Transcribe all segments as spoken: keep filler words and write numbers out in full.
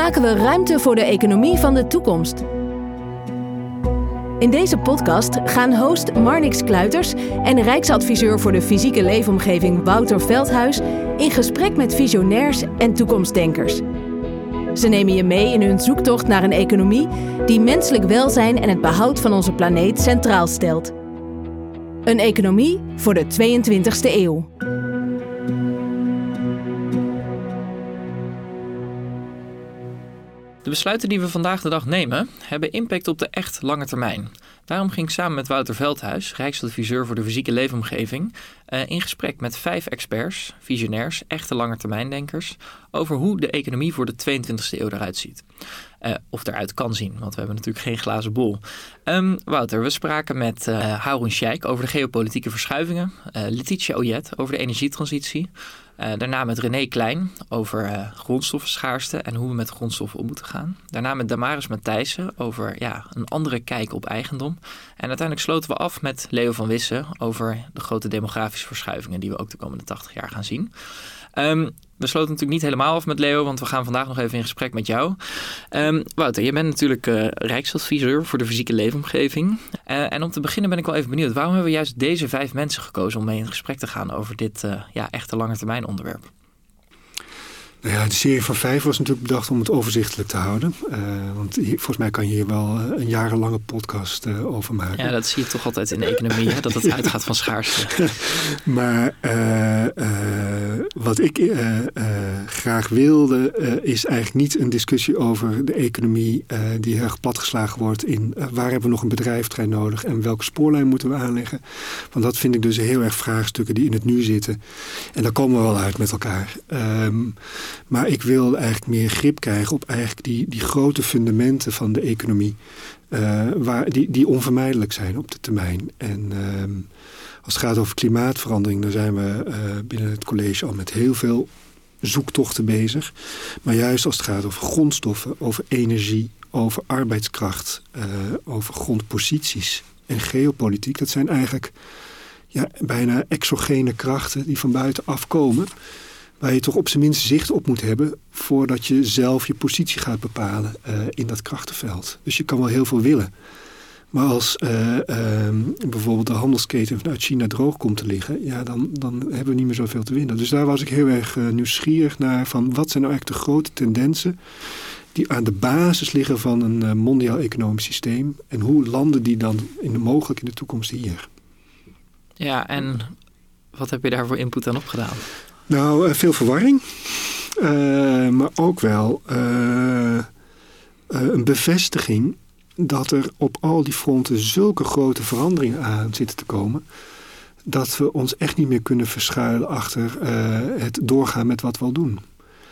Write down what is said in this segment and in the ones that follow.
maken we ruimte voor de economie van de toekomst? In deze podcast gaan host Marnix Kluiters en Rijksadviseur voor de fysieke leefomgeving Wouter Veldhuis in gesprek met visionairs en toekomstdenkers. Ze nemen je mee in hun zoektocht naar een economie die menselijk welzijn en het behoud van onze planeet centraal stelt. Een economie voor de tweeëntwintigste eeuw. De besluiten die we vandaag de dag nemen, hebben impact op de echt lange termijn. Daarom ging ik samen met Wouter Veldhuis, Rijksadviseur voor de fysieke leefomgeving, uh, in gesprek met vijf experts, visionairs, echte langetermijndenkers, over hoe de economie voor de tweeëntwintigste eeuw eruit ziet. Uh, of eruit kan zien, want we hebben natuurlijk geen glazen bol. Um, Wouter, we spraken met uh, Haroun Sheikh over de geopolitieke verschuivingen, uh, Letitia Oyet over de energietransitie, Uh, daarna met René Klein over uh, grondstoffenschaarste en hoe we met grondstoffen om moeten gaan. Daarna met Damaris Matthijssen over ja, een andere kijk op eigendom. En uiteindelijk sloten we af met Leo van Wissen over de grote demografische verschuivingen die we ook de komende tachtig jaar gaan zien. Um, we sloten natuurlijk niet helemaal af met Leo, want we gaan vandaag nog even in gesprek met jou. Um, Wouter, je bent natuurlijk uh, Rijksadviseur voor de fysieke leefomgeving. Uh, en om te beginnen ben ik wel even benieuwd, waarom hebben we juist deze vijf mensen gekozen om mee in gesprek te gaan over dit uh, ja, echte langetermijn onderwerp? Nou ja, de serie van vijf was natuurlijk bedacht om het overzichtelijk te houden. Uh, want hier, volgens mij kan je hier wel een jarenlange podcast uh, over maken. Ja, dat zie je toch altijd in de economie, hè? Dat het ja. uitgaat van schaarste. Maar uh, uh, wat ik uh, uh, graag wilde uh, is eigenlijk niet een discussie over de economie uh, die heel erg platgeslagen wordt in uh, waar hebben we nog een bedrijfterrein nodig en welke spoorlijn moeten we aanleggen. Want dat vind ik dus heel erg vraagstukken die in het nu zitten. En daar komen we wel uit met elkaar. Um, Maar ik wil eigenlijk meer grip krijgen op eigenlijk die, die grote fundamenten van de economie. Uh, waar, die, die onvermijdelijk zijn op de termijn. En uh, als het gaat over klimaatverandering, dan zijn we uh, binnen het college al met heel veel zoektochten bezig. Maar juist als het gaat over grondstoffen, over energie, over arbeidskracht, uh, over grondposities en geopolitiek. Dat zijn eigenlijk ja, bijna exogene krachten die van buiten afkomen. Waar je toch op zijn minst zicht op moet hebben voordat je zelf je positie gaat bepalen uh, in dat krachtenveld. Dus je kan wel heel veel willen. Maar als uh, uh, bijvoorbeeld de handelsketen vanuit China droog komt te liggen, ja, dan, dan hebben we niet meer zoveel te winnen. Dus daar was ik heel erg uh, nieuwsgierig naar van wat zijn nou eigenlijk de grote tendensen die aan de basis liggen van een uh, mondiaal economisch systeem. En hoe landen die dan in de, mogelijk in de toekomst hier? Ja, en wat heb je daar voor input aan opgedaan? Nou, uh, veel verwarring. Uh, maar ook wel uh, uh, een bevestiging dat er op al die fronten zulke grote veranderingen aan zitten te komen, dat we ons echt niet meer kunnen verschuilen achter uh, het doorgaan met wat we al doen.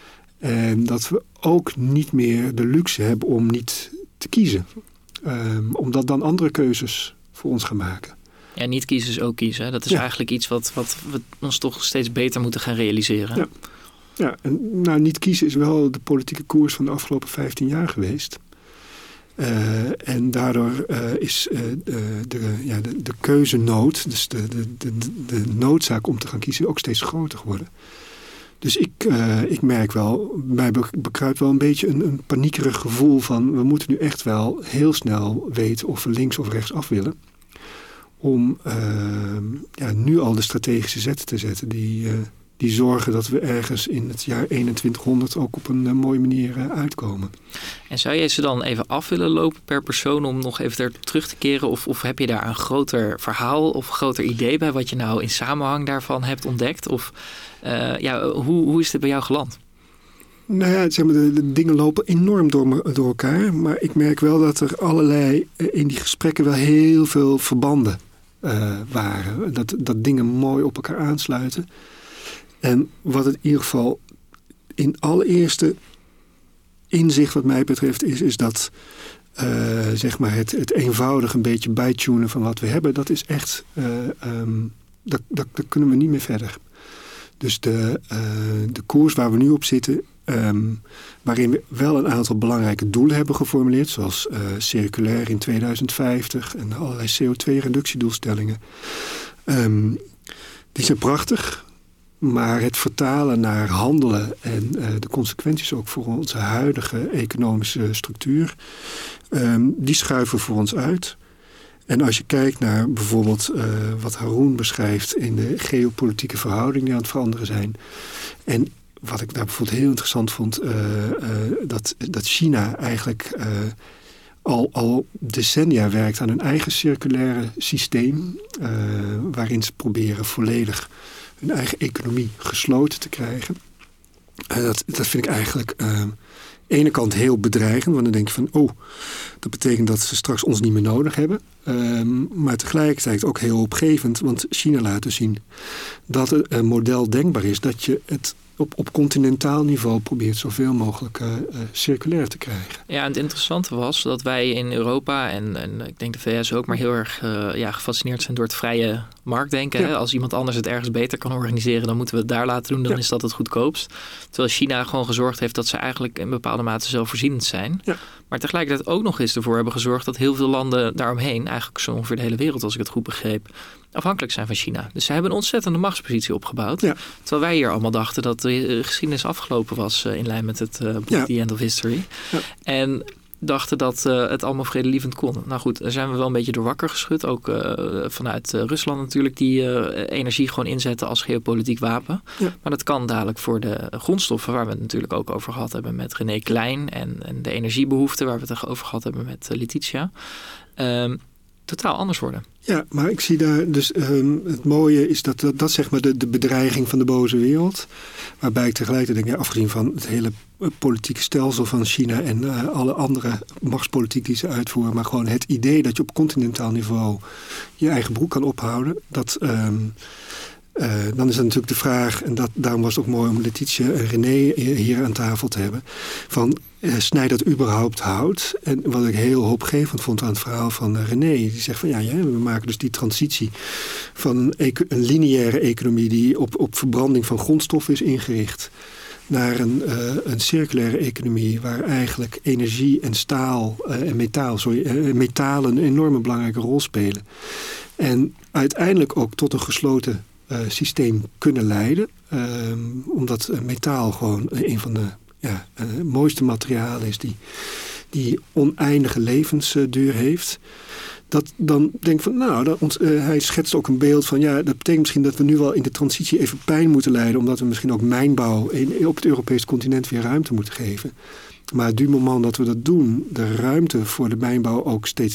En dat we ook niet meer de luxe hebben om niet te kiezen. Uh, omdat dan andere keuzes voor ons gaan maken. Ja, niet kiezen is ook kiezen. Dat is ja. eigenlijk iets wat, wat we ons toch steeds beter moeten gaan realiseren. Ja, ja en nou, niet kiezen is wel de politieke koers van de afgelopen vijftien jaar geweest. Uh, en daardoor uh, is uh, de, de, ja, de, de keuzenood, dus de, de, de, de noodzaak om te gaan kiezen, ook steeds groter geworden. Dus ik, uh, ik merk wel, mij bekruipt wel een beetje een, een paniekerig gevoel van we moeten nu echt wel heel snel weten of we links of rechts af willen. Om uh, ja, nu al de strategische zetten te zetten die, uh, die zorgen dat we ergens in het jaar eenentwintighonderd ook op een uh, mooie manier uh, uitkomen. En zou jij ze dan even af willen lopen per persoon om nog even er terug te keren? Of, of heb je daar een groter verhaal of een groter idee bij wat je nou in samenhang daarvan hebt ontdekt? Of uh, ja, hoe, hoe is dit bij jou geland? Nou ja, zeg maar, de, de dingen lopen enorm door, me, door elkaar. Maar ik merk wel dat er allerlei in die gesprekken wel heel veel verbanden Uh, waren. Dat, dat dingen mooi op elkaar aansluiten. En wat het in ieder geval in allereerste inzicht wat mij betreft is, is dat uh, zeg maar het, het eenvoudig een beetje bijtunen van wat we hebben, dat is echt, uh, um, dat, dat, dat kunnen we niet meer verder. Dus de, uh, de koers waar we nu op zitten, Um, waarin we wel een aantal belangrijke doelen hebben geformuleerd, zoals uh, circulair in tweeduizend vijftig en allerlei C O twee reductiedoelstellingen. Um, die zijn prachtig, Maar het vertalen naar handelen en uh, de consequenties ook voor onze huidige economische structuur, um, die schuiven voor ons uit. En als je kijkt naar bijvoorbeeld uh, wat Haroon beschrijft in de geopolitieke verhoudingen die aan het veranderen zijn. En wat ik daar bijvoorbeeld heel interessant vond, uh, uh, dat, dat China eigenlijk uh, al, al decennia werkt aan een eigen circulaire systeem, uh, waarin ze proberen volledig hun eigen economie gesloten te krijgen. Uh, dat, dat vind ik eigenlijk uh, aan de ene kant heel bedreigend, want dan denk je van, oh, dat betekent dat ze straks ons niet meer nodig hebben. Um, maar tegelijkertijd ook heel opgevend, want China laat dus zien dat er een model denkbaar is dat je het op, op continentaal niveau probeert zoveel mogelijk uh, uh, circulair te krijgen. Ja, en het interessante was dat wij in Europa en, en ik denk de V S ook, maar heel erg uh, ja, gefascineerd zijn door het vrije marktdenken. Ja. Hè? Als iemand anders het ergens beter kan organiseren, dan moeten we het daar laten doen. Dan ja. is dat het goedkoopst. Terwijl China gewoon gezorgd heeft dat ze eigenlijk in bepaalde mate zelfvoorzienend zijn. Ja. Maar tegelijkertijd ook nog eens ervoor hebben gezorgd dat heel veel landen daaromheen, eigenlijk zo ongeveer de hele wereld als ik het goed begreep, afhankelijk zijn van China. Dus zij hebben een ontzettende machtspositie opgebouwd. Ja. Terwijl wij hier allemaal dachten dat de geschiedenis afgelopen was uh, in lijn met het uh, boek ja. The End of History. Ja. En dachten dat uh, het allemaal vredelievend kon. Nou goed, daar zijn we wel een beetje door wakker geschud. Ook uh, vanuit uh, Rusland natuurlijk, die uh, energie gewoon inzetten als geopolitiek wapen. Ja. Maar dat kan dadelijk voor de grondstoffen, waar we het natuurlijk ook over gehad hebben met René Klein. En, en de energiebehoeften, waar we het over gehad hebben met uh, Letitia. Um, totaal anders worden. Ja, maar ik zie daar dus um, het mooie is dat dat, dat zeg maar de, de bedreiging van de boze wereld. Waarbij ik tegelijkertijd denk, ja, afgezien van het hele politieke stelsel van China en uh, alle andere machtspolitiek die ze uitvoeren, maar gewoon het idee dat je op continentaal niveau je eigen broek kan ophouden, dat um, Uh, dan is dat natuurlijk de vraag, en dat, daarom was het ook mooi om Letitia en René hier aan tafel te hebben, van uh, snijdt dat überhaupt hout? En wat ik heel hoopgevend vond aan het verhaal van uh, René, die zegt van ja, ja, we maken dus die transitie van een, eco- een lineaire economie die op, op verbranding van grondstoffen is ingericht, naar een, uh, een circulaire economie waar eigenlijk energie en staal uh, en metaal, sorry, uh, metalen een enorme belangrijke rol spelen. En uiteindelijk ook tot een gesloten Uh, systeem kunnen leiden. Uh, omdat uh, metaal gewoon uh, een van de ja, uh, mooiste materialen is die, die oneindige levensduur heeft. Dat dan denk ik van, nou, dat ons, uh, hij schetst ook een beeld van, ja, dat betekent misschien dat we nu wel in de transitie even pijn moeten lijden, omdat we misschien ook mijnbouw in, op het Europese continent weer ruimte moeten geven. Maar du moment dat we dat doen, de ruimte voor de mijnbouw ook steeds,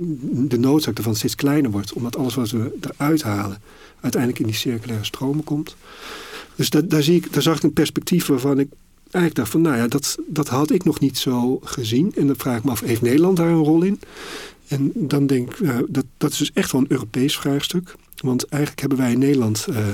de noodzaak ervan steeds kleiner wordt, omdat alles wat we eruit halen uiteindelijk in die circulaire stromen komt. Dus dat, daar, zie ik, daar zag ik een perspectief waarvan ik eigenlijk dacht van, nou ja, dat, dat had ik nog niet zo gezien. En dan vraag ik me af, heeft Nederland daar een rol in? En dan denk ik, nou, dat, dat is dus echt wel een Europees vraagstuk. Want eigenlijk hebben wij in Nederland uh,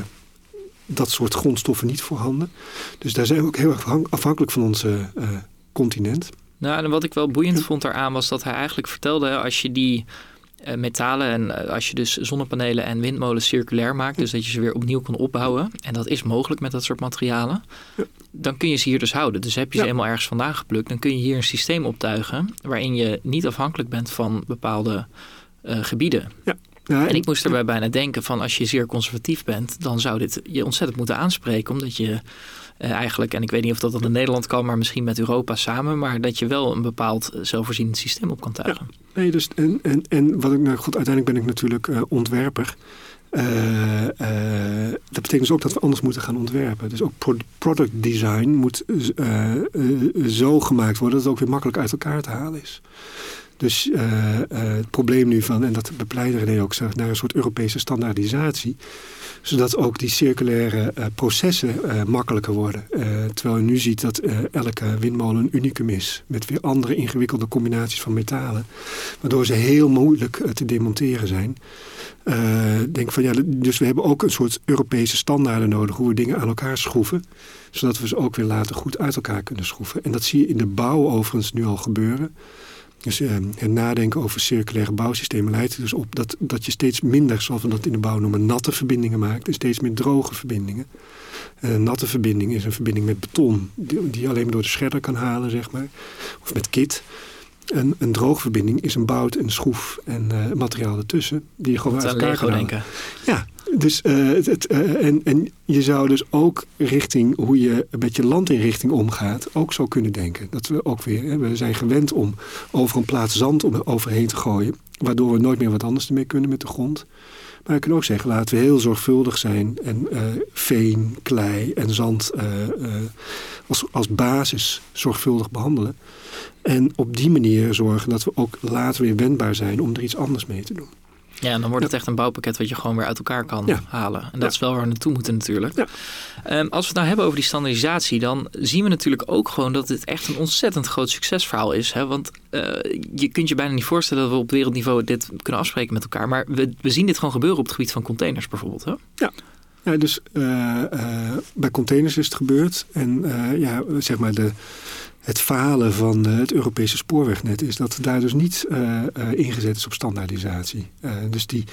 dat soort grondstoffen niet voorhanden. Dus daar zijn we ook heel erg afhankelijk van onze uh, continent. Nou, en wat ik wel boeiend ja. vond daaraan was dat hij eigenlijk vertelde, als je die uh, metalen en uh, als je dus zonnepanelen en windmolens circulair maakt, dus dat je ze weer opnieuw kan opbouwen, en dat is mogelijk met dat soort materialen, ja. dan kun je ze hier dus houden. Dus heb je ze ja. eenmaal ergens vandaan geplukt, dan kun je hier een systeem optuigen waarin je niet afhankelijk bent van bepaalde uh, gebieden. Ja. Ja, en ik moest erbij bijna denken van, als je zeer conservatief bent, dan zou dit je ontzettend moeten aanspreken, omdat je uh, eigenlijk, en ik weet niet of dat dan in Nederland kan, maar misschien met Europa samen, maar dat je wel een bepaald zelfvoorzienend systeem op kan tuigen. Ja, nee, dus en, en, en wat ik nou goed, uiteindelijk ben ik natuurlijk uh, ontwerper. Uh, uh, dat betekent dus ook dat we anders moeten gaan ontwerpen. Dus ook pro- product design moet uh, uh, zo gemaakt worden dat het ook weer makkelijk uit elkaar te halen is. Dus uh, uh, het probleem nu van, en dat bepleit René ook, naar een soort Europese standaardisatie, zodat ook die circulaire uh, processen uh, makkelijker worden. Uh, terwijl je nu ziet dat uh, elke windmolen een unicum is, met weer andere ingewikkelde combinaties van metalen, waardoor ze heel moeilijk uh, te demonteren zijn. Uh, denk van ja, dus we hebben ook een soort Europese standaarden nodig, hoe we dingen aan elkaar schroeven, zodat we ze ook weer later goed uit elkaar kunnen schroeven. En dat zie je in de bouw overigens nu al gebeuren. Dus uh, het nadenken over circulaire bouwsystemen leidt dus op dat, dat je steeds minder, zoals we dat in de bouw noemen, natte verbindingen maakt en steeds meer droge verbindingen. Uh, een natte verbinding is een verbinding met beton, die, die je alleen maar door de shredder kan halen, zeg maar. Of met kit. En een droge verbinding is een bout en een schroef en uh, materiaal ertussen, die je gewoon uit elkaar kan halen. Ja, dus uh, het, het, uh, en, en je zou dus ook richting hoe je met je landinrichting omgaat, ook zo kunnen denken. Dat we ook weer, hè, we zijn gewend om over een plaats zand om overheen te gooien, waardoor we nooit meer wat anders ermee kunnen met de grond. Maar je kunt ook zeggen, laten we heel zorgvuldig zijn en uh, veen, klei en zand uh, uh, als, als basis zorgvuldig behandelen. En op die manier zorgen dat we ook later weer wendbaar zijn om er iets anders mee te doen. Ja, en dan wordt het ja. echt een bouwpakket wat je gewoon weer uit elkaar kan ja. halen. En dat ja. is wel waar we naartoe moeten natuurlijk. Ja. Um, als we het nou hebben over die standaardisatie, dan zien we natuurlijk ook gewoon dat het echt een ontzettend groot succesverhaal is. Hè? Want uh, je kunt je bijna niet voorstellen dat we op wereldniveau dit kunnen afspreken met elkaar. Maar we, we zien dit gewoon gebeuren op het gebied van containers bijvoorbeeld. Hè? Ja. Ja, dus uh, uh, bij containers is het gebeurd. En uh, ja, zeg maar de... Het falen van uh, het Europese spoorwegnet is dat daar dus niet uh, uh, ingezet is op standaardisatie. Uh, dus die,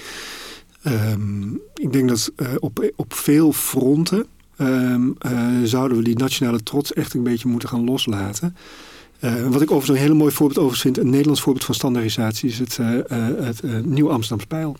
um, ik denk dat uh, op, op veel fronten um, uh, zouden we die nationale trots echt een beetje moeten gaan loslaten. Uh, wat ik overigens een hele mooi voorbeeld over vind, een Nederlands voorbeeld van standaardisatie, is het, uh, uh, het uh, Nieuw Amsterdams Peil.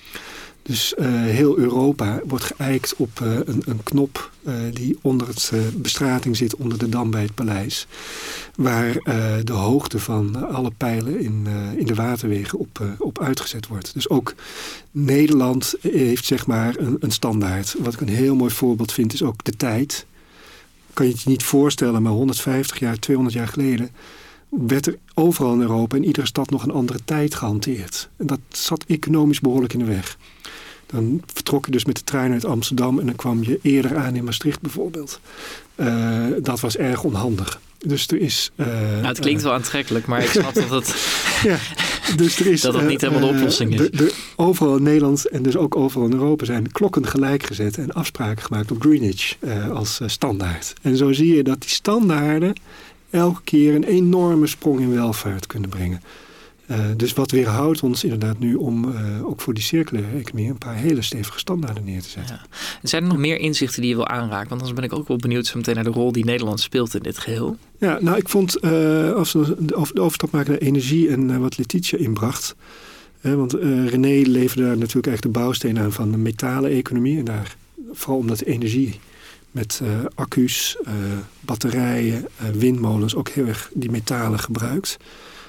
Dus uh, heel Europa wordt geëikt op uh, een, een knop uh, die onder het uh, bestrating zit, onder de dam bij het paleis. Waar uh, de hoogte van uh, alle pijlen in, uh, in de waterwegen op, uh, op uitgezet wordt. Dus ook Nederland heeft zeg maar een, een standaard. Wat ik een heel mooi voorbeeld vind is ook de tijd. Kan je het je niet voorstellen, maar honderdvijftig jaar, tweehonderd jaar geleden werd er overal in Europa in iedere stad nog een andere tijd gehanteerd. En dat zat economisch behoorlijk in de weg. Dan vertrok je dus met de trein uit Amsterdam en dan kwam je eerder aan in Maastricht bijvoorbeeld. Uh, dat was erg onhandig. Dus er is... Uh, nou, het klinkt uh, wel aantrekkelijk, maar ik snap dat het... ja, dus er is, dat het niet uh, helemaal de oplossing is. De, de, overal in Nederland en dus ook overal in Europa zijn klokken gelijk gezet en afspraken gemaakt op Greenwich uh, als uh, standaard. En zo zie je dat die standaarden elke keer een enorme sprong in welvaart kunnen brengen. Uh, dus wat weerhoudt ons inderdaad nu om uh, ook voor die circulaire economie een paar hele stevige standaarden neer te zetten. Ja. Zijn er nog meer inzichten die je wil aanraken? Want anders ben ik ook wel benieuwd zo meteen naar de rol die Nederland speelt in dit geheel. Ja, nou ik vond, uh, als we de, de overstap maken naar energie en uh, wat Letitia inbracht. Uh, want uh, René leverde daar natuurlijk echt de bouwsteen aan van de metalen economie. En daar, vooral omdat energie met uh, accu's, uh, batterijen, uh, windmolens ook heel erg die metalen gebruikt.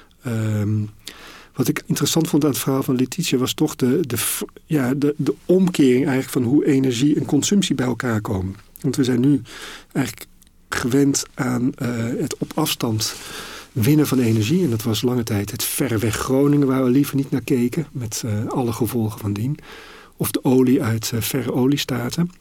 Um, wat ik interessant vond aan het verhaal van Letitia was toch de, de, ja, de, de omkering eigenlijk van hoe energie en consumptie bij elkaar komen. Want we zijn nu eigenlijk gewend aan uh, het op afstand winnen van energie. En dat was lange tijd het verre weg Groningen waar we liever niet naar keken met uh, alle gevolgen van dien. Of de olie uit uh, verre oliestaten.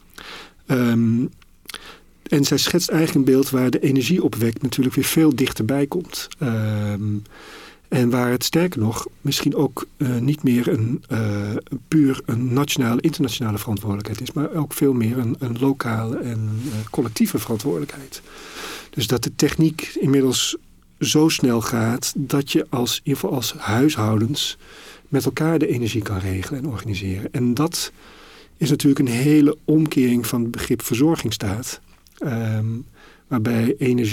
Um, En zij schetst eigenlijk een beeld waar de energieopwek natuurlijk weer veel dichterbij komt. Um, en waar het sterker nog misschien ook uh, niet meer een uh, puur een nationale, internationale verantwoordelijkheid is. Maar ook veel meer een, een lokale en uh, collectieve verantwoordelijkheid. Dus dat de techniek inmiddels zo snel gaat dat je als, in ieder geval als huishoudens met elkaar de energie kan regelen en organiseren. En dat is natuurlijk een hele omkering van het begrip verzorgingsstaat. Um, waarbij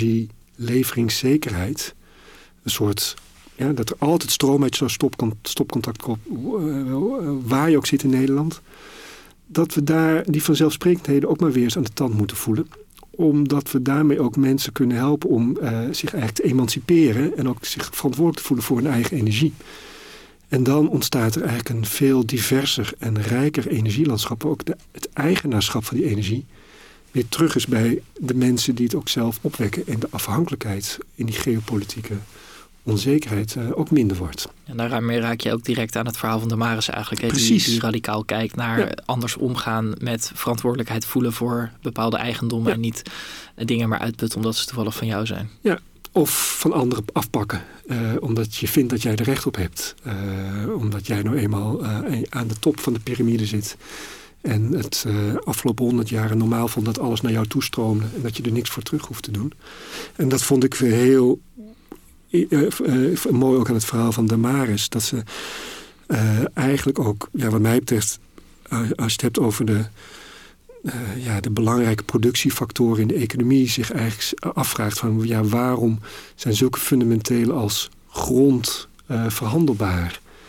energieleveringszekerheid een soort, ja, dat er altijd stroom uit zo'n stopcontact komt, uh, waar je ook zit in Nederland, dat we daar die vanzelfsprekendheden ook maar weer eens aan de tand moeten voelen. Omdat we daarmee ook mensen kunnen helpen om uh, zich eigenlijk te emanciperen en ook zich verantwoordelijk te voelen voor hun eigen energie. En dan ontstaat er eigenlijk een veel diverser en rijker energielandschap. Ook de, het eigenaarschap van die energie weer terug is bij de mensen die het ook zelf opwekken. En de afhankelijkheid in die geopolitieke onzekerheid uh, ook minder wordt. En daarmee raak je ook direct aan het verhaal van Damaris eigenlijk. Hè? Precies. Die, die radicaal kijkt naar ja. anders omgaan met verantwoordelijkheid voelen voor bepaalde eigendommen. Ja. En niet dingen maar uitputten omdat ze toevallig van jou zijn. Ja. Of van anderen afpakken. Uh, omdat je vindt dat jij er recht op hebt. Uh, omdat jij nou eenmaal uh, aan de top van de piramide zit. En het uh, afgelopen honderd jaren normaal vond dat alles naar jou toestroomde. En dat je er niks voor terug hoeft te doen. En dat vond ik heel uh, uh, uh, mooi ook aan het verhaal van Damaris. Dat ze uh, eigenlijk ook, ja, wat mij betreft, uh, als je het hebt over de, uh, ja, de belangrijke productiefactoren in de economie, zich eigenlijk afvraagt van, ja, waarom zijn zulke fundamentele als grond uh, verhandelbaar?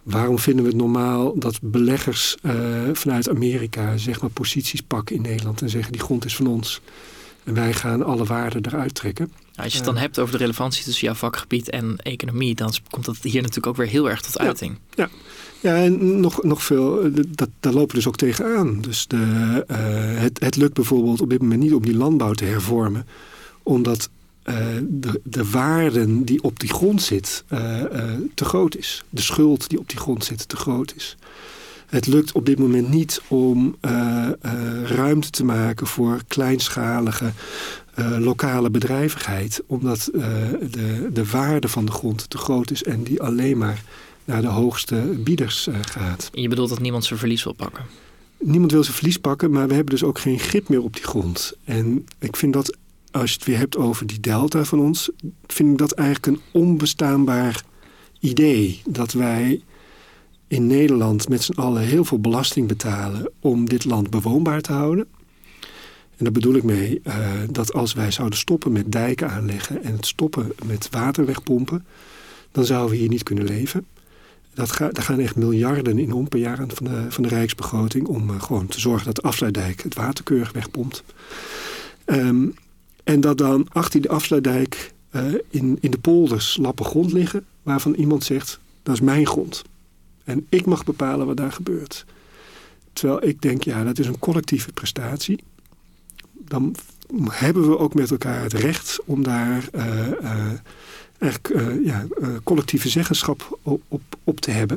Waarom vinden we het normaal dat beleggers uh, vanuit Amerika zeg maar posities pakken in Nederland en zeggen die grond is van ons en wij gaan alle waarden eruit trekken? Als je het dan uh, hebt over de relevantie tussen jouw vakgebied en economie, dan komt dat hier natuurlijk ook weer heel erg tot uiting. Ja, ja. ja en nog, nog veel, dat, daar lopen we dus ook tegenaan. Dus de, uh, het, het lukt bijvoorbeeld op dit moment niet om die landbouw te hervormen, omdat uh, de, de waarden die op die grond zit uh, uh, te groot is. De schuld die op die grond zit te groot is. Het lukt op dit moment niet om uh, uh, ruimte te maken voor kleinschalige uh, lokale bedrijvigheid. Omdat uh, de, de waarde van de grond te groot is en die alleen maar naar de hoogste bieders uh, gaat. Je bedoelt dat niemand zijn verlies wil pakken? Niemand wil zijn verlies pakken, maar we hebben dus ook geen grip meer op die grond. En ik vind dat, als je het weer hebt over die delta van ons, vind ik dat eigenlijk een onbestaanbaar idee. Dat wij in Nederland met z'n allen heel veel belasting betalen om dit land bewoonbaar te houden. En daar bedoel ik mee uh, dat als wij zouden stoppen met dijken aanleggen en het stoppen met water wegpompen, dan zouden we hier niet kunnen leven. Dat ga, daar gaan echt miljarden in om per jaar aan van de, van de Rijksbegroting om uh, gewoon te zorgen dat de afsluitdijk het water keurig wegpompt. Um, en dat dan achter die afsluitdijk uh, in, in de polders lappen grond liggen waarvan iemand zegt, dat is mijn grond. En ik mag bepalen wat daar gebeurt. Terwijl ik denk, ja, dat is een collectieve prestatie. Dan hebben we ook met elkaar het recht om daar uh, uh, eigenlijk uh, ja, uh, collectieve zeggenschap op, op, op te hebben.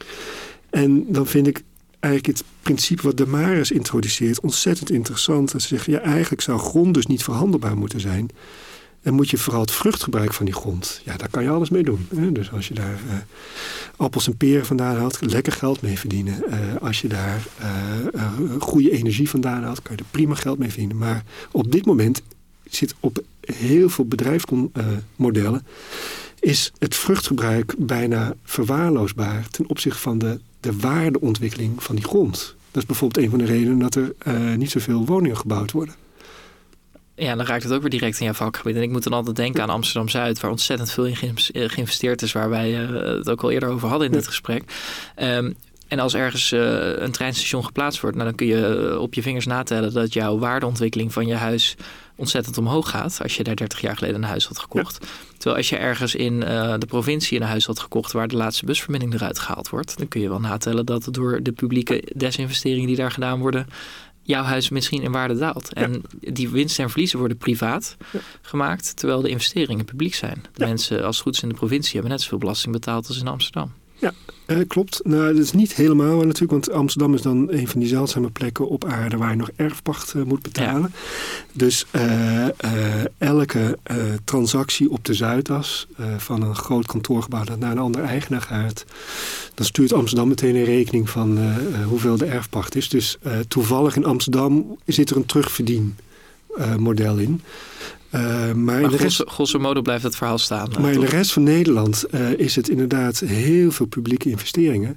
En dan vind ik eigenlijk het principe wat de Maris introduceert ontzettend interessant. Dat ze zeggen, ja, eigenlijk zou grond dus niet verhandelbaar moeten zijn. En moet je vooral het vruchtgebruik van die grond. Ja, daar kan je alles mee doen. Hè? Dus als je daar uh, appels en peren vandaan haalt, lekker geld mee verdienen. Uh, als je daar uh, uh, goede energie vandaan haalt, kan je er prima geld mee verdienen. Maar op dit moment zit op heel veel bedrijfsmodellen uh, is het vruchtgebruik bijna verwaarloosbaar ten opzichte van de, de waardeontwikkeling van die grond. Dat is bijvoorbeeld een van de redenen dat er uh, niet zoveel woningen gebouwd worden. Ja, dan raakt het ook weer direct in jouw vakgebied. En ik moet dan altijd denken aan Amsterdam-Zuid, waar ontzettend veel in geïnvesteerd is, waar wij uh, het ook al eerder over hadden in dit gesprek. Um, en als ergens uh, een treinstation geplaatst wordt, nou, dan kun je uh, op je vingers natellen dat jouw waardeontwikkeling van je huis ontzettend omhoog gaat als je daar dertig jaar geleden een huis had gekocht. Ja. Terwijl als je ergens in uh, de provincie een huis had gekocht waar de laatste busverbinding eruit gehaald wordt, dan kun je wel natellen dat door de publieke desinvesteringen die daar gedaan worden, jouw huis misschien in waarde daalt. En ja. die winsten en verliezen worden privaat ja. gemaakt, terwijl de investeringen publiek zijn. De ja. mensen, als het goed is in de provincie, hebben net zoveel belasting betaald als in Amsterdam. Ja, eh, klopt. Nou, dat is niet helemaal natuurlijk, want Amsterdam is dan een van die zeldzame plekken op aarde waar je nog erfpacht uh, moet betalen. Ja. Dus uh, uh, elke uh, transactie op de Zuidas uh, van een groot kantoorgebouw dat naar een andere eigenaar gaat, dan stuurt Amsterdam meteen een rekening van uh, uh, hoeveel de erfpacht is. Dus uh, toevallig in Amsterdam zit er een terugverdien uh, model in. Uh, maar maar in de grosso, rest, grosso modo blijft het verhaal staan. Maar uh, in de rest van Nederland uh, is het inderdaad heel veel publieke investeringen.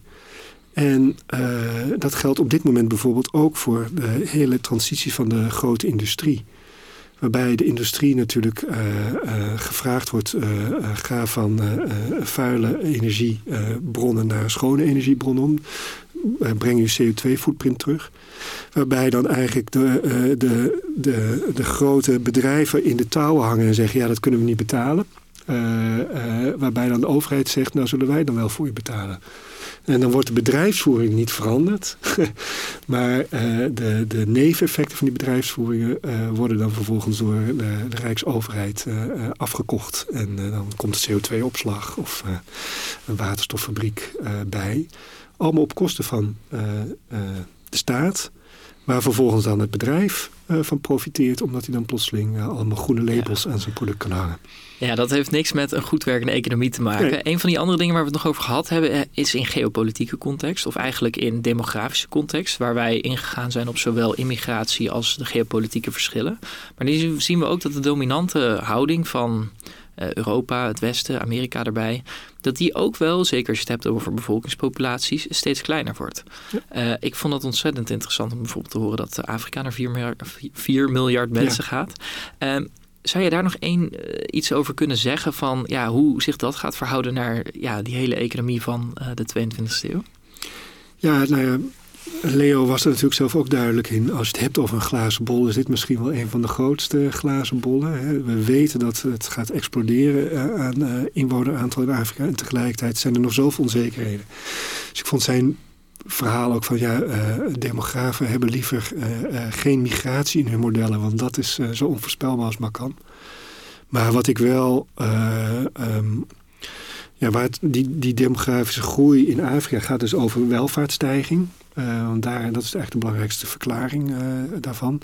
En uh, dat geldt op dit moment bijvoorbeeld ook voor de hele transitie van de grote industrie. Waarbij de industrie natuurlijk uh, uh, gevraagd wordt, uh, uh, ga van uh, uh, vuile energiebronnen naar schone energiebronnen om. Uh, breng je C O twee footprint terug. Waarbij dan eigenlijk de, uh, de, de, de grote bedrijven in de touwen hangen en zeggen, ja, dat kunnen we niet betalen. Uh, uh, waarbij dan de overheid zegt, nou zullen wij dan wel voor je betalen. En dan wordt de bedrijfsvoering niet veranderd. maar uh, de, de neveneffecten van die bedrijfsvoeringen uh, worden dan vervolgens door de, de Rijksoverheid uh, uh, afgekocht. En uh, dan komt de C O twee opslag of uh, een waterstoffabriek uh, bij. Allemaal op kosten van uh, uh, de staat. Waar vervolgens dan het bedrijf uh, van profiteert, omdat hij dan plotseling uh, allemaal groene labels ja. aan zijn product kan hangen. Ja, dat heeft niks met een goed werkende economie te maken. Nee. Een van die andere dingen waar we het nog over gehad hebben is in geopolitieke context, of eigenlijk in demografische context, waar wij ingegaan zijn op zowel immigratie als de geopolitieke verschillen. Maar nu zien we ook dat de dominante houding van uh, Europa, het Westen, Amerika erbij, dat die ook wel, zeker als je het hebt over bevolkingspopulaties, steeds kleiner wordt. Ja. Uh, ik vond het ontzettend interessant om bijvoorbeeld te horen dat Afrika naar vier miljard mensen ja. gaat. Uh, Zou je daar nog één uh, iets over kunnen zeggen van ja, hoe zich dat gaat verhouden naar ja, die hele economie van uh, de tweeëntwintigste eeuw? Ja, nou ja, Leo was er natuurlijk zelf ook duidelijk in. Als je het hebt over een glazen bol, is dit misschien wel een van de grootste glazen bollen. Hè. We weten dat het gaat exploderen aan uh, inwoneraantal in Afrika. En tegelijkertijd zijn er nog zoveel onzekerheden. Dus ik vond zijn verhaal ook van ja, uh, demografen hebben liever uh, uh, geen migratie in hun modellen. Want dat is uh, zo onvoorspelbaar als maar kan. Maar wat ik wel... Uh, um, ja, waar het, die, die demografische groei in Afrika gaat dus over welvaartsstijging. Uh, want daar, dat is eigenlijk de belangrijkste verklaring uh, daarvan.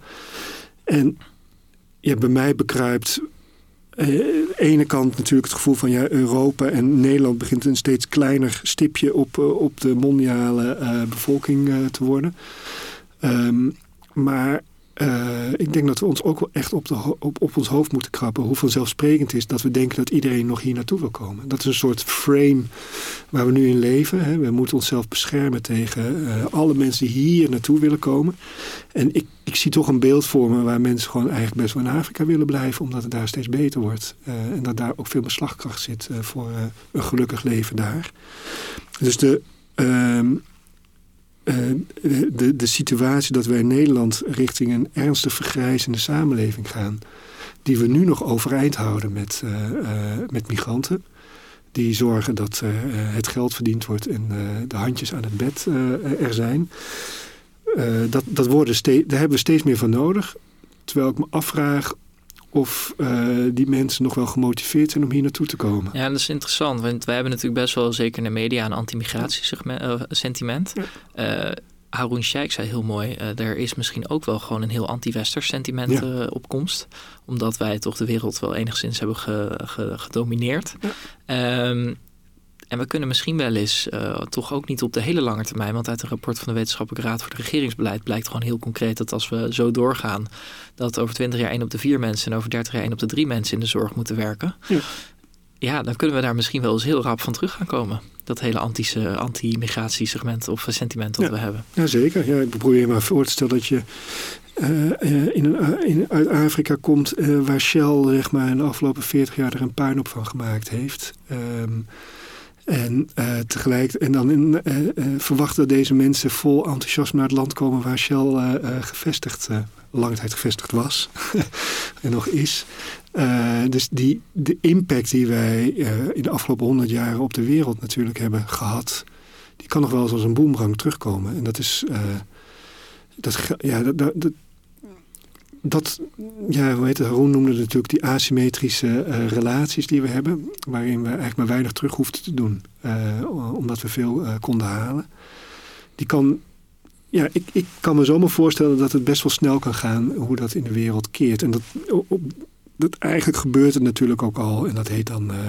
En ja, bij mij bekruipt uh, aan de ene kant natuurlijk het gevoel van ja, Europa en Nederland begint een steeds kleiner stipje op, uh, op de mondiale uh, bevolking uh, te worden. Um, maar uh, ik denk dat we ons ook wel echt op, de ho- op, op ons hoofd moeten krabben hoe vanzelfsprekend het is dat we denken dat iedereen nog hier naartoe wil komen. Dat is een soort frame waar we nu in leven. Hè. We moeten onszelf beschermen tegen uh, alle mensen die hier naartoe willen komen. En ik, ik zie toch een beeld voor me waar mensen gewoon eigenlijk best wel in Afrika willen blijven, omdat het daar steeds beter wordt. Uh, en dat daar ook veel meer slagkracht zit uh, voor uh, een gelukkig leven daar. Dus de... Uh, Uh, de, de situatie dat wij in Nederland richting een ernstig vergrijzende samenleving gaan, die we nu nog overeind houden met, uh, uh, met migranten, die zorgen dat uh, het geld verdiend wordt en uh, de handjes aan het bed uh, er zijn. Uh, dat, dat worden steeds, daar hebben we steeds meer van nodig. Terwijl ik me afvraag of uh, die mensen nog wel gemotiveerd zijn om hier naartoe te komen. Ja, dat is interessant. Want wij hebben natuurlijk best wel, zeker in de media, een anti-migratie-sentiment. Ja. Uh, Haroun Sheikh zei heel mooi, uh, er is misschien ook wel gewoon een heel anti-westers sentiment ja. uh, op komst. Omdat wij toch de wereld wel enigszins hebben ge, ge, gedomineerd. Ja. Um, En we kunnen misschien wel eens, uh, toch ook niet op de hele lange termijn, want uit een rapport van de Wetenschappelijke Raad voor het Regeringsbeleid blijkt gewoon heel concreet dat als we zo doorgaan, dat over twintig jaar één op de vier mensen en over dertig jaar één op de drie mensen in de zorg moeten werken. Ja. Ja, dan kunnen we daar misschien wel eens heel rap van terug gaan komen. Dat hele anti- anti-migratiesegment of sentiment dat ja. we hebben. Ja, zeker. Ja, ik probeer me voor te stellen dat je uh, uh, in een, in, uit Afrika komt uh, waar Shell zeg maar, in de afgelopen veertig jaar er een puinhoop van gemaakt heeft. Um, En uh, tegelijk en dan in, uh, uh, verwachten dat deze mensen vol enthousiasme naar het land komen waar Shell uh, uh, gevestigd, uh, lange tijd gevestigd was en nog is. Uh, dus die, de impact die wij uh, in de afgelopen honderd jaren op de wereld natuurlijk hebben gehad, die kan nog wel eens als een boemerang terugkomen. En dat is, uh, dat, ja, dat, dat, dat Dat, ja, hoe heet het? Haroun noemde natuurlijk die asymmetrische uh, relaties die we hebben, waarin we eigenlijk maar weinig terug hoefden te doen, uh, omdat we veel uh, konden halen. Die kan, ja, ik, ik kan me zomaar voorstellen dat het best wel snel kan gaan hoe dat in de wereld keert. En dat, op, dat eigenlijk gebeurt het natuurlijk ook al, en dat heet dan Uh,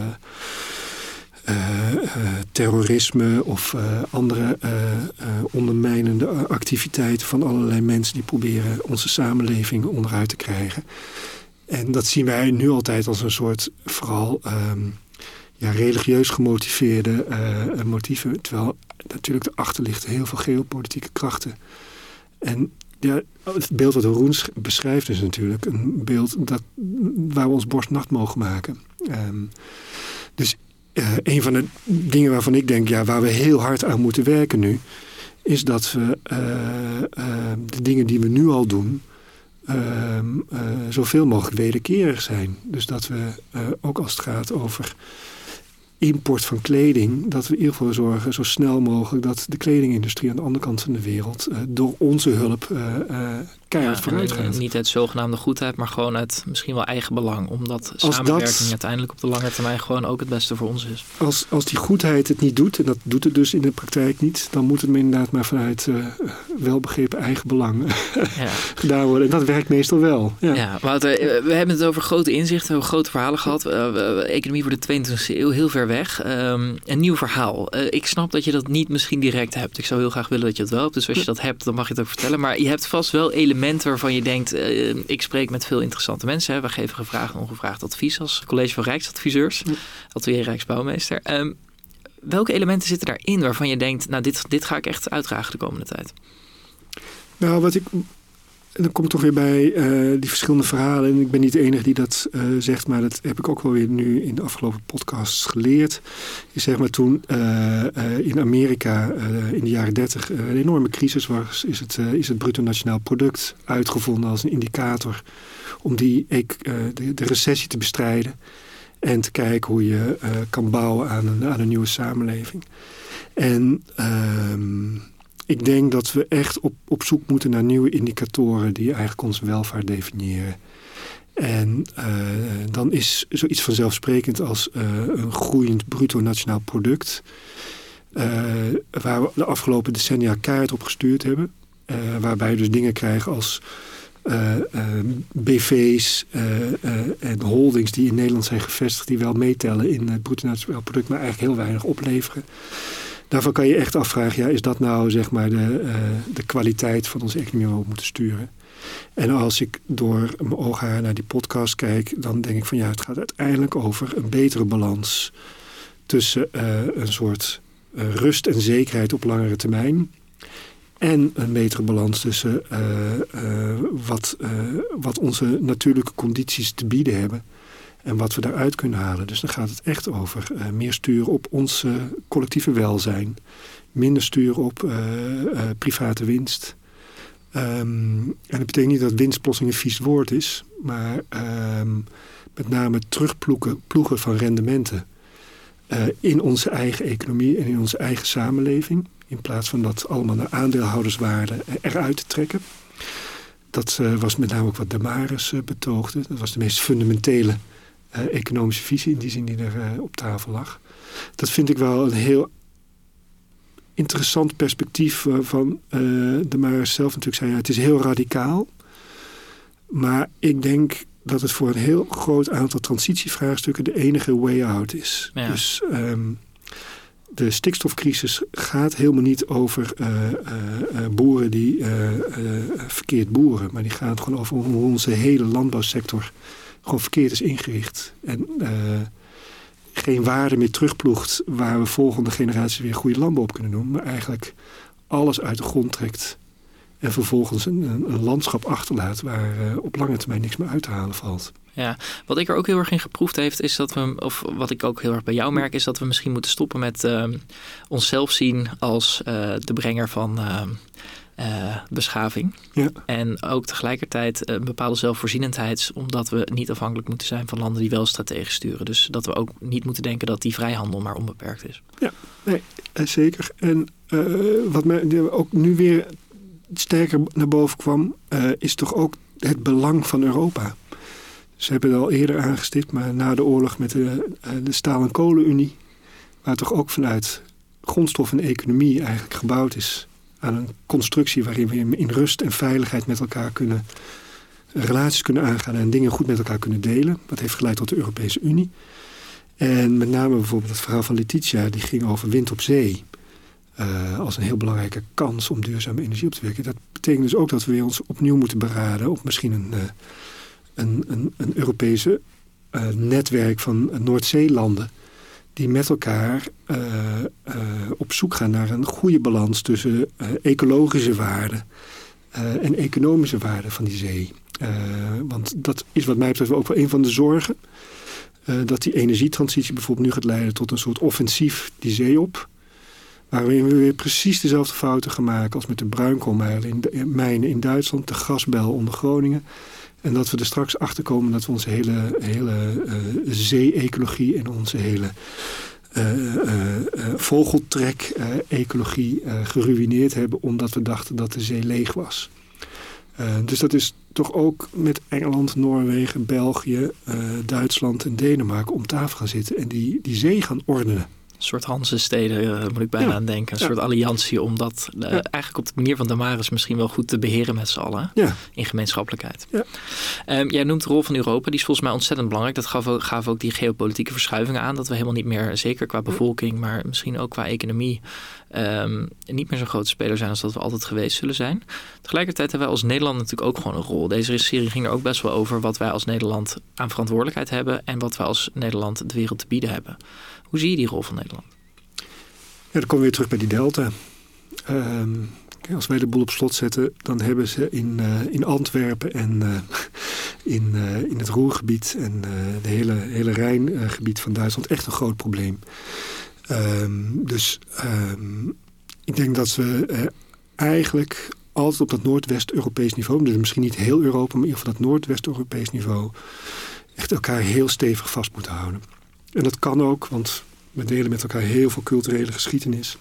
Uh, uh, terrorisme of uh, andere uh, uh, ondermijnende activiteiten van allerlei mensen die proberen onze samenleving onderuit te krijgen. En dat zien wij nu altijd als een soort vooral um, ja, religieus gemotiveerde uh, motieven. Terwijl natuurlijk erachter ligt heel veel geopolitieke krachten. En ja, het beeld wat Haroun beschrijft is natuurlijk een beeld dat, waar we ons borst nat mogen maken. Um, dus Uh, een van de dingen waarvan ik denk, ja, waar we heel hard aan moeten werken nu, is dat we uh, uh, de dingen die we nu al doen, uh, uh, zoveel mogelijk wederkerig zijn. Dus dat we, uh, ook als het gaat over import van kleding, dat we in ieder geval zorgen zo snel mogelijk dat de kledingindustrie aan de andere kant van de wereld uh, door onze hulp uh, uh, keihard ja, vooruit gaat. Niet uit zogenaamde goedheid, maar gewoon uit misschien wel eigen belang. Omdat als samenwerking dat, uiteindelijk op de lange termijn gewoon ook het beste voor ons is. Als, als die goedheid het niet doet, en dat doet het dus in de praktijk niet, dan moet het inderdaad maar vanuit uh, welbegrepen eigen belang ja. gedaan worden. En dat werkt meestal wel. Ja, ja Wouter, we hebben het over grote inzichten, over grote verhalen gehad. Uh, economie voor de tweeëntwintigste eeuw, heel ver weg. Um, een nieuw verhaal. Uh, ik snap dat je dat niet misschien direct hebt. Ik zou heel graag willen dat je het wel hebt. Dus als je dat hebt, dan mag je het ook vertellen. Maar je hebt vast wel elementen waarvan je denkt, uh, ik spreek met veel interessante mensen. Hè. We geven gevraagd en ongevraagd advies als college van Rijksadviseurs. Ja. Atelier Rijksbouwmeester. Um, welke elementen zitten daarin waarvan je denkt, nou dit, dit ga ik echt uitdragen de komende tijd? Nou, wat ik en dan kom ik toch weer bij uh, die verschillende verhalen. En ik ben niet de enige die dat uh, zegt, maar dat heb ik ook wel weer nu in de afgelopen podcasts geleerd. Is zeg maar toen uh, uh, in Amerika uh, in de jaren dertig uh, een enorme crisis was, is het, uh, is het bruto nationaal product uitgevonden als een indicator om die, uh, de, de recessie te bestrijden. En te kijken hoe je uh, kan bouwen aan een, aan een nieuwe samenleving. En uh, ik denk dat we echt op, op zoek moeten naar nieuwe indicatoren die eigenlijk onze welvaart definiëren. En uh, dan is zoiets vanzelfsprekend als uh, een groeiend bruto nationaal product. Uh, waar we de afgelopen decennia keihard op gestuurd hebben. Uh, waarbij je dus dingen krijgt als uh, uh, B V's uh, uh, en holdings die in Nederland zijn gevestigd. Die wel meetellen in het bruto nationaal product, maar eigenlijk heel weinig opleveren. Daarvan kan je echt afvragen, ja, is dat nou zeg maar de, uh, de kwaliteit van onze economie waar we moeten sturen? En als ik door mijn ogen naar die podcast kijk, dan denk ik van ja, het gaat uiteindelijk over een betere balans tussen uh, een soort uh, rust en zekerheid op langere termijn en een betere balans tussen uh, uh, wat, uh, wat onze natuurlijke condities te bieden hebben en wat we daaruit kunnen halen. Dus dan gaat het echt over uh, meer sturen op ons uh, collectieve welzijn. Minder sturen op uh, uh, private winst. Um, en dat betekent niet dat winst plotseling een vies woord is. Maar um, met name terugploegen ploegen van rendementen. Uh, in onze eigen economie en in onze eigen samenleving. In plaats van dat allemaal naar aandeelhouderswaarde eruit te trekken. Dat uh, was met name ook wat Damaris uh, betoogde. Dat was de meest fundamentele Uh, economische visie in die zin die er uh, op tafel lag. Dat vind ik wel een heel interessant perspectief uh, van uh, de Maris zelf natuurlijk zei. Ja, het is heel radicaal. Maar ik denk dat het voor een heel groot aantal transitievraagstukken de enige way out is. Ja. Dus um, de stikstofcrisis gaat helemaal niet over uh, uh, uh, boeren die uh, uh, verkeerd boeren. Maar die gaat gewoon over hoe onze hele landbouwsector gewoon verkeerd is ingericht. En uh, geen waarde meer terugploegt waar we volgende generaties weer goede landbouw op kunnen doen. Maar eigenlijk alles uit de grond trekt. En vervolgens een, een landschap achterlaat waar uh, op lange termijn niks meer uit te halen valt. Ja, wat ik er ook heel erg in geproefd heeft, is dat we, of wat ik ook heel erg bij jou merk, is dat we misschien moeten stoppen met uh, onszelf zien als uh, de brenger van Uh, Uh, beschaving. Ja. En ook tegelijkertijd een bepaalde zelfvoorzienendheid, omdat we niet afhankelijk moeten zijn van landen die wel strategisch sturen. Dus dat we ook niet moeten denken dat die vrijhandel maar onbeperkt is. Ja, nee, zeker. En uh, wat mij ook nu weer sterker naar boven kwam, uh, is toch ook het belang van Europa. Ze hebben het al eerder aangestipt, maar na de oorlog met de, de staal- en kolenunie, waar toch ook vanuit grondstof en economie eigenlijk gebouwd is aan een constructie waarin we in rust en veiligheid met elkaar kunnen relaties kunnen aangaan en dingen goed met elkaar kunnen delen. Dat heeft geleid tot de Europese Unie. En met name bijvoorbeeld het verhaal van Letitia, die ging over wind op zee. Uh, als een heel belangrijke kans om duurzame energie op te wekken. Dat betekent dus ook dat we ons opnieuw moeten beraden op misschien een, uh, een, een, een Europese uh, netwerk van uh, Noordzeelanden die met elkaar uh, uh, op zoek gaan naar een goede balans tussen uh, ecologische waarden uh, en economische waarden van die zee. Uh, want dat is wat mij betreft ook wel een van de zorgen. Uh, dat die energietransitie bijvoorbeeld nu gaat leiden tot een soort offensief die zee op. Waarin we weer precies dezelfde fouten gaan maken als met de bruinkoolmijnen in de mijnen in Duitsland, de gasbel onder Groningen. En dat we er straks achter komen dat we onze hele, hele uh, zee-ecologie en onze hele uh, uh, uh, vogeltrek-ecologie uh, uh, geruïneerd hebben, omdat we dachten dat de zee leeg was. Uh, dus dat is toch ook met Engeland, Noorwegen, België, uh, Duitsland en Denemarken om tafel gaan zitten en die, die zee gaan ordenen. Een soort Hanse-steden, uh, moet ik bijna ja. aan denken. Een ja. soort alliantie om dat uh, ja. eigenlijk op de manier van Damaris misschien wel goed te beheren met z'n allen. Ja. In gemeenschappelijkheid. Ja. Um, jij noemt de rol van Europa. Die is volgens mij ontzettend belangrijk. Dat gaf ook, gaven ook die geopolitieke verschuivingen aan. Dat we helemaal niet meer, zeker qua bevolking, maar misschien ook qua economie, um, niet meer zo'n grote speler zijn als dat we altijd geweest zullen zijn. Tegelijkertijd hebben wij als Nederland natuurlijk ook gewoon een rol. Deze serie ging er ook best wel over wat wij als Nederland aan verantwoordelijkheid hebben en wat wij als Nederland de wereld te bieden hebben. Hoe zie je die rol van Nederland? Ja, dan komen we weer terug bij die delta. Um, Als wij de boel op slot zetten, dan hebben ze in, uh, in Antwerpen en uh, in, uh, in het Roergebied en uh, het hele, hele Rijngebied van Duitsland echt een groot probleem. Um, dus um, ik denk dat we uh, eigenlijk altijd op dat Noordwest-Europees niveau, dus misschien niet heel Europa, maar in ieder geval dat Noordwest-Europees niveau, echt elkaar heel stevig vast moeten houden. En dat kan ook, want we delen met elkaar heel veel culturele geschiedenis.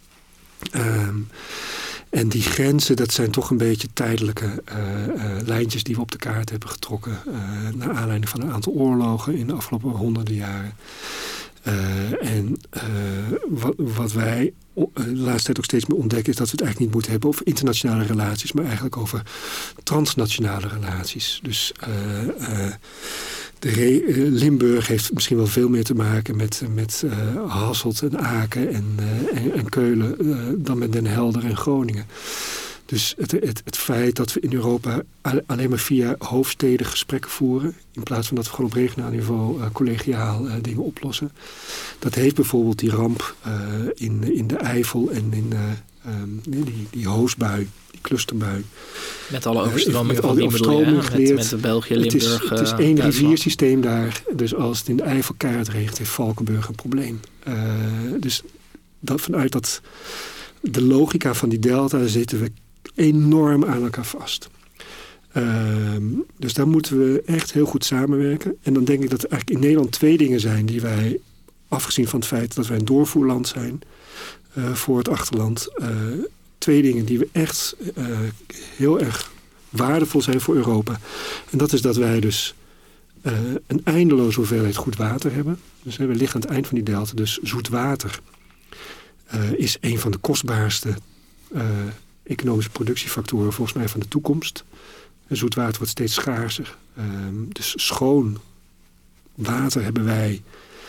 Um, en die grenzen, dat zijn toch een beetje tijdelijke uh, uh, lijntjes die we op de kaart hebben getrokken. Uh, naar aanleiding van een aantal oorlogen in de afgelopen honderden jaren. Uh, en uh, wat, wat wij uh, de laatste tijd ook steeds meer ontdekken, is dat we het eigenlijk niet moeten hebben over internationale relaties, maar eigenlijk over transnationale relaties. Dus uh, uh, de Re- uh, Limburg heeft misschien wel veel meer te maken met, met uh, Hasselt en Aken en, uh, en, en Keulen uh, dan met Den Helder en Groningen. Dus het, het, het feit dat we in Europa alleen maar via hoofdsteden gesprekken voeren, in plaats van dat we gewoon op regionaal niveau uh, collegiaal uh, dingen oplossen. Dat heeft bijvoorbeeld die ramp uh, in, in de Eifel en in uh, um, die, die hoosbui, die clusterbui. Met alle overstromingen uh, van die overstromingen geleerd. Met, met België, Limburg, Het is, het is één riviersysteem daar. Dus als het in de Eifel keihard regent, heeft Valkenburg een probleem. Uh, dus dat, vanuit dat, de logica van die delta zitten we enorm aan elkaar vast. Uh, dus daar moeten we echt heel goed samenwerken. En dan denk ik dat er eigenlijk in Nederland twee dingen zijn die wij, afgezien van het feit dat wij een doorvoerland zijn uh, voor het achterland, uh, twee dingen die we echt uh, heel erg waardevol zijn voor Europa. En dat is dat wij dus uh, een eindeloze hoeveelheid goed water hebben. Dus we liggen aan het eind van die delta. Dus zoet water uh, is een van de kostbaarste uh, economische productiefactoren volgens mij van de toekomst. En zoet water wordt steeds schaarser. Um, dus schoon water hebben wij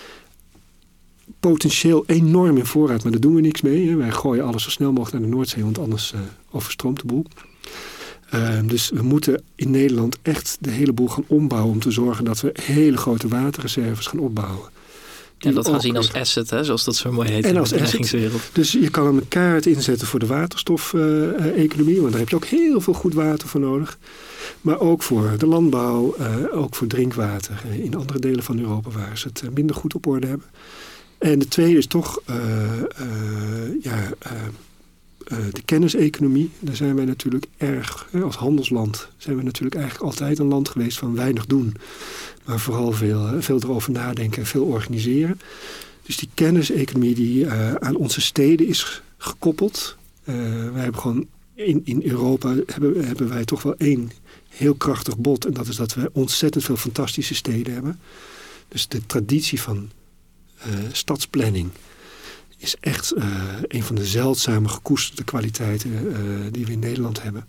potentieel enorm in voorraad, maar daar doen we niks mee. Hè. Wij gooien alles zo snel mogelijk naar de Noordzee, want anders uh, overstroomt de boel. Um, dus we moeten in Nederland echt de hele boel gaan ombouwen om te zorgen dat we hele grote waterreserves gaan opbouwen. En dat gaan zien als asset, hè, zoals dat zo mooi heet en in de als bedrijvingswereld. Dus je kan hem een kaart inzetten voor de waterstof-economie, uh, want daar heb je ook heel veel goed water voor nodig. Maar ook voor de landbouw, uh, ook voor drinkwater uh, in andere delen van Europa waar ze het uh, minder goed op orde hebben. En de tweede is toch uh, uh, ja, uh, uh, de kenniseconomie. Daar zijn wij natuurlijk erg, hè, als handelsland zijn we natuurlijk eigenlijk altijd een land geweest van weinig doen. Maar vooral veel, veel erover nadenken en veel organiseren. Dus die kenniseconomie die uh, aan onze steden is gekoppeld. Uh, wij hebben gewoon in, in Europa hebben, hebben wij toch wel één heel krachtig bod. En dat is dat we ontzettend veel fantastische steden hebben. Dus de traditie van uh, stadsplanning is echt uh, een van de zeldzame gekoesterde kwaliteiten uh, die we in Nederland hebben.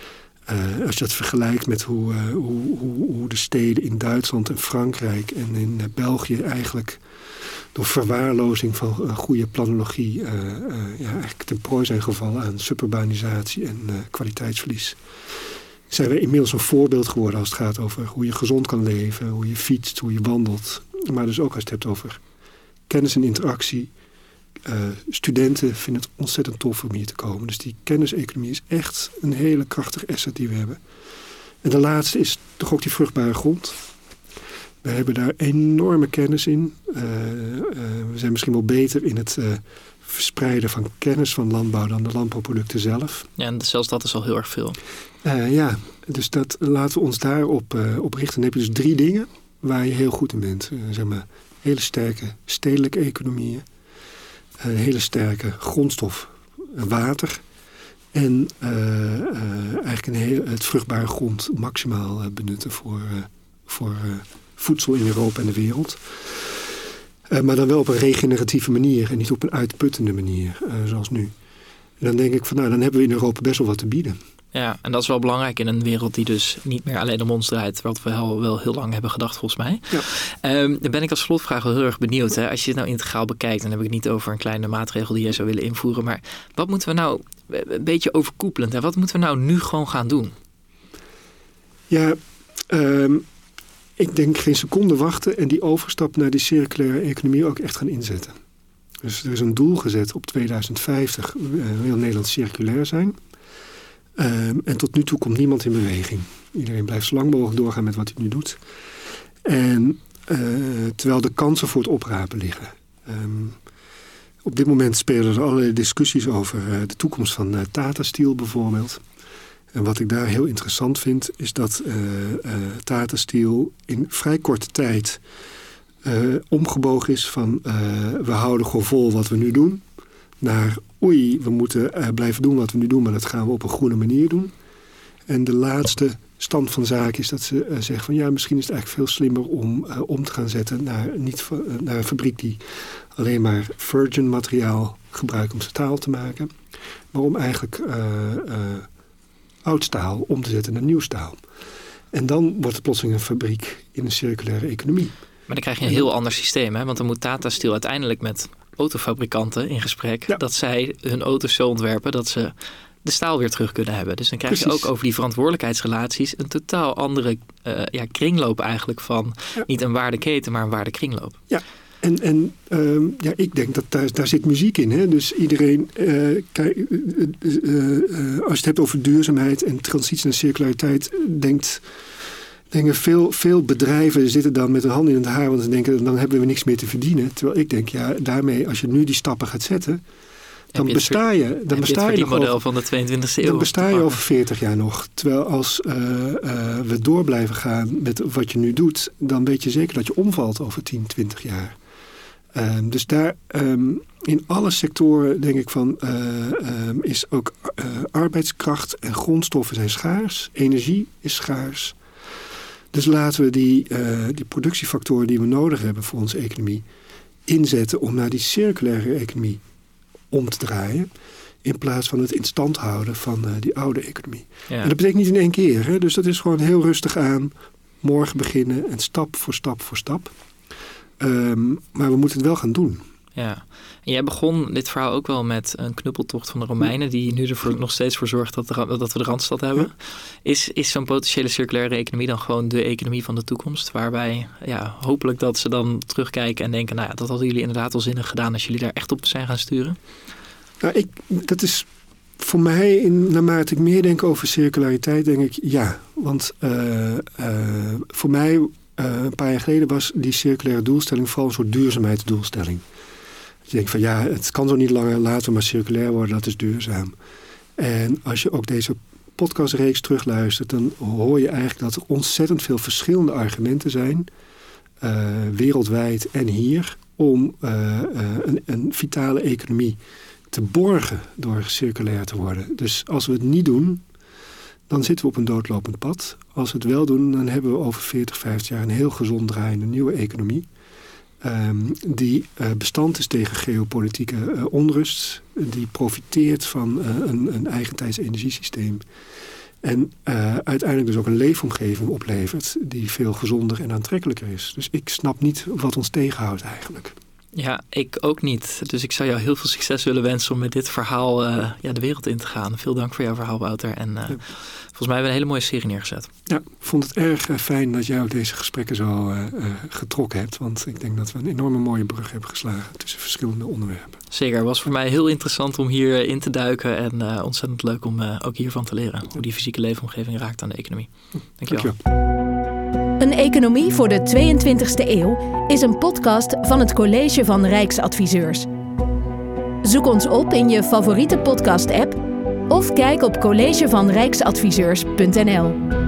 Uh, als je dat vergelijkt met hoe, uh, hoe, hoe, hoe de steden in Duitsland en Frankrijk en in uh, België eigenlijk door verwaarlozing van uh, goede planologie uh, uh, ja, eigenlijk ten prooi zijn gevallen aan suburbanisatie en uh, kwaliteitsverlies. Zijn we inmiddels een voorbeeld geworden als het gaat over hoe je gezond kan leven, hoe je fietst, hoe je wandelt. Maar dus ook als je het hebt over kennis en interactie. Uh, studenten vinden het ontzettend tof om hier te komen. Dus die kenniseconomie is echt een hele krachtige asset die we hebben. En de laatste is toch ook die vruchtbare grond. We hebben daar enorme kennis in. Uh, uh, we zijn misschien wel beter in het uh, verspreiden van kennis van landbouw dan de landbouwproducten zelf. Ja, en zelfs dat is al heel erg veel. Uh, ja, dus dat, laten we ons daarop uh, op richten. Dan heb je dus drie dingen waar je heel goed in bent. Uh, zeg maar, hele sterke stedelijke economieën. Een hele sterke grondstof, water. En uh, uh, eigenlijk een heel, het vruchtbare grond maximaal uh, benutten voor, uh, voor uh, voedsel in Europa en de wereld. Uh, maar dan wel op een regeneratieve manier en niet op een uitputtende manier, uh, zoals nu. En dan denk ik van nou, dan hebben we in Europa best wel wat te bieden. Ja, en dat is wel belangrijk in een wereld die dus niet meer alleen om ons draait, wat we wel, wel heel lang hebben gedacht volgens mij. Ja. Um, dan ben ik als slotvraag wel heel erg benieuwd. Hè? Als je het nou integraal bekijkt, dan heb ik het niet over een kleine maatregel die je zou willen invoeren. Maar wat moeten we nou, een beetje overkoepelend, hè? Wat moeten we nou nu gewoon gaan doen? Ja, um, ik denk geen seconde wachten en die overstap naar die circulaire economie ook echt gaan inzetten. Dus er is een doel gezet op tweeduizend vijftig, uh, wil Nederland circulair zijn. Um, en tot nu toe komt niemand in beweging. Iedereen blijft zo lang mogelijk doorgaan met wat hij nu doet. En uh, terwijl de kansen voor het oprapen liggen. Um, op dit moment spelen er allerlei discussies over uh, de toekomst van uh, Tata Steel bijvoorbeeld. En wat ik daar heel interessant vind, is dat uh, uh, Tata Steel in vrij korte tijd uh, omgebogen is van uh, we houden gewoon vol wat we nu doen, naar oei, we moeten uh, blijven doen wat we nu doen, maar dat gaan we op een groene manier doen. En de laatste stand van zaken is dat ze uh, zeggen van ja, misschien is het eigenlijk veel slimmer om uh, om te gaan zetten naar, niet, uh, naar een fabriek die alleen maar virgin materiaal gebruikt om staal te maken, maar om eigenlijk uh, uh, oud staal om te zetten naar nieuw staal. En dan wordt het plotseling een fabriek in een circulaire economie. Maar dan krijg je een heel ander systeem, hè? Want dan moet Tata Steel uiteindelijk met autofabrikanten in gesprek, ja, dat zij hun auto's zo ontwerpen dat ze de staal weer terug kunnen hebben. Dus dan krijg Precies. je ook over die verantwoordelijkheidsrelaties een totaal andere uh, ja, kringloop eigenlijk van ja. niet een waardeketen, maar een waardekringloop. Ja. En, en um, ja, ik denk dat daar, daar zit muziek in. Hè? Dus iedereen, uh, kijk, uh, uh, uh, als je het hebt over duurzaamheid en transitie naar circulariteit, denkt, denken veel, veel bedrijven zitten dan met een hand in het haar, want ze denken, dan hebben we niks meer te verdienen. Terwijl ik denk, ja, daarmee, als je nu die stappen gaat zetten, dan je besta je, dan besta je nog model over, van de tweeëntwintigste eeuw. Dan besta je over veertig jaar nog. Terwijl als uh, uh, we door blijven gaan met wat je nu doet, dan weet je zeker dat je omvalt over tien, twintig jaar. Um, dus daar um, in alle sectoren denk ik van uh, um, is ook uh, arbeidskracht en grondstoffen zijn schaars. Energie is schaars. Dus laten we die, uh, die productiefactoren die we nodig hebben voor onze economie inzetten om naar die circulaire economie om te draaien. In plaats van het in stand houden van uh, die oude economie. Ja. En dat betekent niet in één keer. Hè? Dus dat is gewoon heel rustig aan. Morgen beginnen en stap voor stap voor stap. Um, maar we moeten het wel gaan doen. Ja, en jij begon dit verhaal ook wel met een knuppeltocht van de Romeinen, die nu ervoor nog steeds voor zorgt dat, de, dat we de Randstad hebben. Ja. Is, is zo'n potentiële circulaire economie dan gewoon de economie van de toekomst? Waarbij ja, hopelijk dat ze dan terugkijken en denken, nou ja, dat hadden jullie inderdaad al zinnig gedaan als jullie daar echt op zijn gaan sturen? Nou, ik, dat is voor mij, in, naarmate ik meer denk over circulariteit, denk ik ja. Want uh, uh, voor mij Uh, een paar jaar geleden was die circulaire doelstelling vooral een soort duurzaamheidsdoelstelling. Dus je denkt van ja, het kan zo niet langer, laten we maar circulair worden, dat is duurzaam. En als je ook deze podcastreeks terugluistert, dan hoor je eigenlijk dat er ontzettend veel verschillende argumenten zijn, uh, wereldwijd en hier, om uh, uh, een, een vitale economie te borgen door circulair te worden. Dus als we het niet doen, dan zitten we op een doodlopend pad. Als we het wel doen, dan hebben we over veertig, vijftig jaar een heel gezond draaiende nieuwe economie. Um, die uh, bestand is tegen geopolitieke uh, onrust. Die profiteert van uh, een, een eigentijds energiesysteem. En uh, uiteindelijk dus ook een leefomgeving oplevert die veel gezonder en aantrekkelijker is. Dus ik snap niet wat ons tegenhoudt eigenlijk. Ja, ik ook niet. Dus ik zou jou heel veel succes willen wensen om met dit verhaal uh, ja, de wereld in te gaan. Veel dank voor jouw verhaal, Wouter. En uh, ja. volgens mij hebben we een hele mooie serie neergezet. Ja, ik vond het erg uh, fijn dat jij ook deze gesprekken zo uh, uh, getrokken hebt. Want ik denk dat we een enorme mooie brug hebben geslagen tussen verschillende onderwerpen. Zeker, het was voor mij heel interessant om hier in te duiken. En uh, ontzettend leuk om uh, ook hiervan te leren. Hoe die fysieke leefomgeving raakt aan de economie. Dankjewel. Dankjewel. Een economie voor de tweeëntwintigste eeuw is een podcast van het College van Rijksadviseurs. Zoek ons op in je favoriete podcast-app of kijk op college van rijksadviseurs punt n l.